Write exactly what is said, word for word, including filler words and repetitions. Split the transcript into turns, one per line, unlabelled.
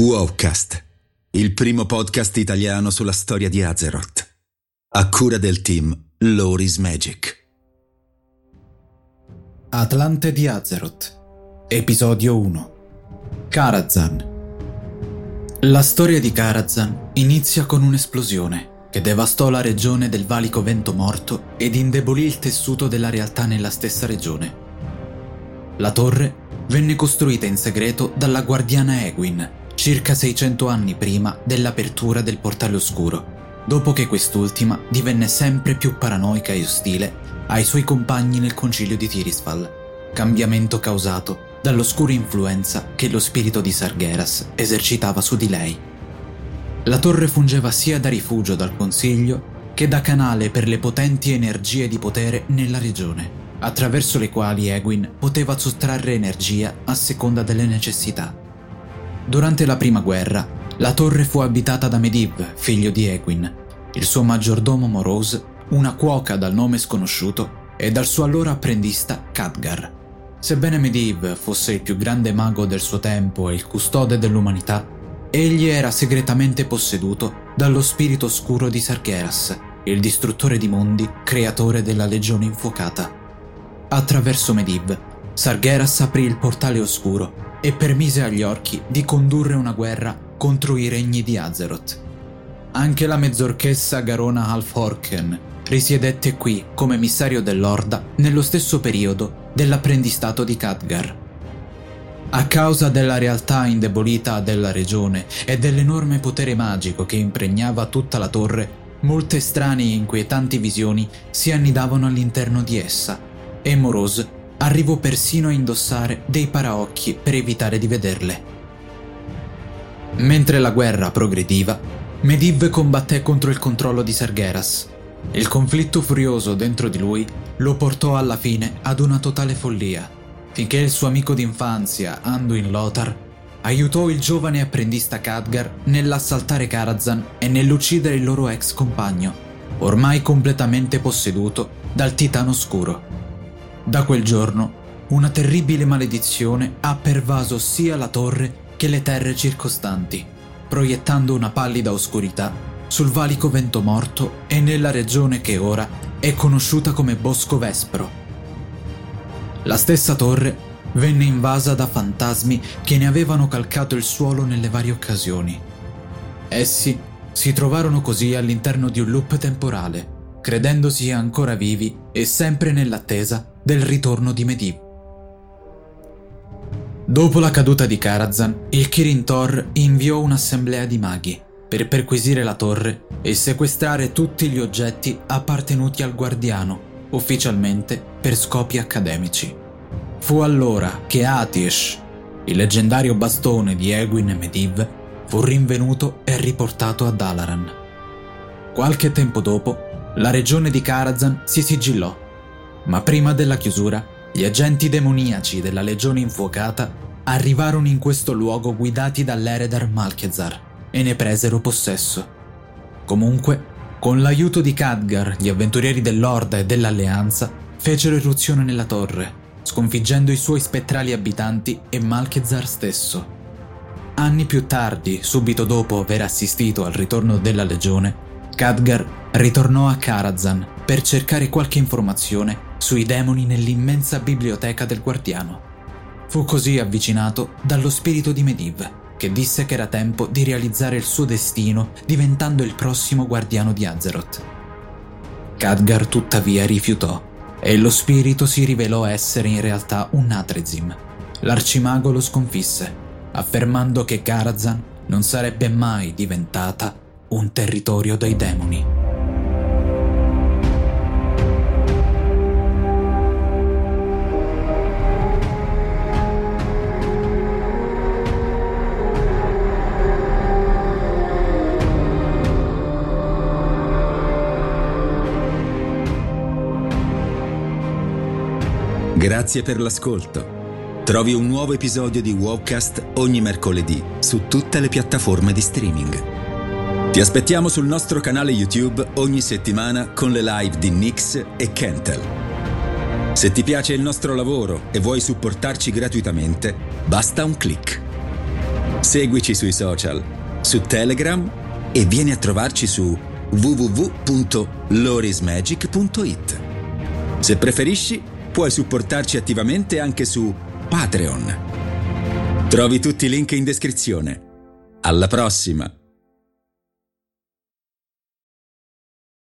Wowcast, il primo podcast italiano sulla storia di Azeroth, a cura del team Lore is Magic.
Atlante di Azeroth, episodio uno. Karazhan. La storia di Karazhan inizia con un'esplosione che devastò la regione del Valico Vento Morto ed indebolì il tessuto della realtà nella stessa regione. La torre venne costruita in segreto dalla guardiana Egwene, circa seicento anni prima dell'apertura del Portale Oscuro, dopo che quest'ultima divenne sempre più paranoica e ostile ai suoi compagni nel concilio di Tirisfal, cambiamento causato dall'oscura influenza che lo spirito di Sargeras esercitava su di lei. La torre fungeva sia da rifugio dal consiglio che da canale per le potenti energie di potere nella regione, attraverso le quali Egwene poteva sottrarre energia a seconda delle necessità. Durante la prima guerra, la torre fu abitata da Medivh, figlio di Egwene, il suo maggiordomo Morose, una cuoca dal nome sconosciuto, e dal suo allora apprendista Khadgar. Sebbene Medivh fosse il più grande mago del suo tempo e il custode dell'umanità, egli era segretamente posseduto dallo spirito oscuro di Sargeras, il distruttore di mondi, creatore della Legione Infuocata. Attraverso Medivh, Sargeras aprì il Portale Oscuro e permise agli orchi di condurre una guerra contro i regni di Azeroth. Anche la mezzorchessa Garona Halfhorken risiedette qui come emissario dell'Orda nello stesso periodo dell'apprendistato di Khadgar. A causa della realtà indebolita della regione e dell'enorme potere magico che impregnava tutta la torre, molte strane e inquietanti visioni si annidavano all'interno di essa, e Morose arrivò persino a indossare dei paraocchi per evitare di vederle. Mentre la guerra progrediva, Medivh combatté contro il controllo di Sargeras. Il conflitto furioso dentro di lui lo portò alla fine ad una totale follia, finché il suo amico d'infanzia, Anduin Lothar, aiutò il giovane apprendista Khadgar nell'assaltare Karazhan e nell'uccidere il loro ex compagno, ormai completamente posseduto dal Titano Oscuro. Da quel giorno, una terribile maledizione ha pervaso sia la torre che le terre circostanti, proiettando una pallida oscurità sul Valico Vento Morto e nella regione che ora è conosciuta come Bosco Vespro. La stessa torre venne invasa da fantasmi che ne avevano calcato il suolo nelle varie occasioni. Essi si trovarono così all'interno di un loop temporale, credendosi ancora vivi e sempre nell'attesa del ritorno di Medivh. Dopo la caduta di Karazhan, il Kirin Tor inviò un'assemblea di maghi per perquisire la torre e sequestrare tutti gli oggetti appartenuti al guardiano, ufficialmente per scopi accademici. Fu allora che Atish, il leggendario bastone di Egwene e Medivh, fu rinvenuto e riportato a Dalaran. Qualche tempo dopo, la regione di Karazhan si sigillò, ma prima della chiusura, gli agenti demoniaci della Legione Infuocata arrivarono in questo luogo guidati dall'Eredar Malchezaar e ne presero possesso. Comunque, con l'aiuto di Khadgar, gli avventurieri dell'Orda e dell'Alleanza fecero irruzione nella torre, sconfiggendo i suoi spettrali abitanti e Malchezaar stesso. Anni più tardi, subito dopo aver assistito al ritorno della Legione, Khadgar ritornò a Karazhan per cercare qualche informazione sui demoni nell'immensa biblioteca del guardiano. Fu così avvicinato dallo spirito di Medivh, che disse che era tempo di realizzare il suo destino diventando il prossimo guardiano di Azeroth. Khadgar tuttavia rifiutò, e lo spirito si rivelò essere in realtà un Nathrezim. L'arcimago lo sconfisse, affermando che Karazhan non sarebbe mai diventata un territorio dei demoni.
Grazie per l'ascolto. Trovi un nuovo episodio di Wowcast ogni mercoledì su tutte le piattaforme di streaming. Ti aspettiamo sul nostro canale YouTube ogni settimana con le live di Nyx e Kentel. Se ti piace il nostro lavoro e vuoi supportarci gratuitamente, basta un click. Seguici sui social, su Telegram e vieni a trovarci su w w w punto lorismagic punto i t. Se preferisci, puoi supportarci attivamente anche su Patreon. Trovi tutti i link in descrizione. Alla prossima!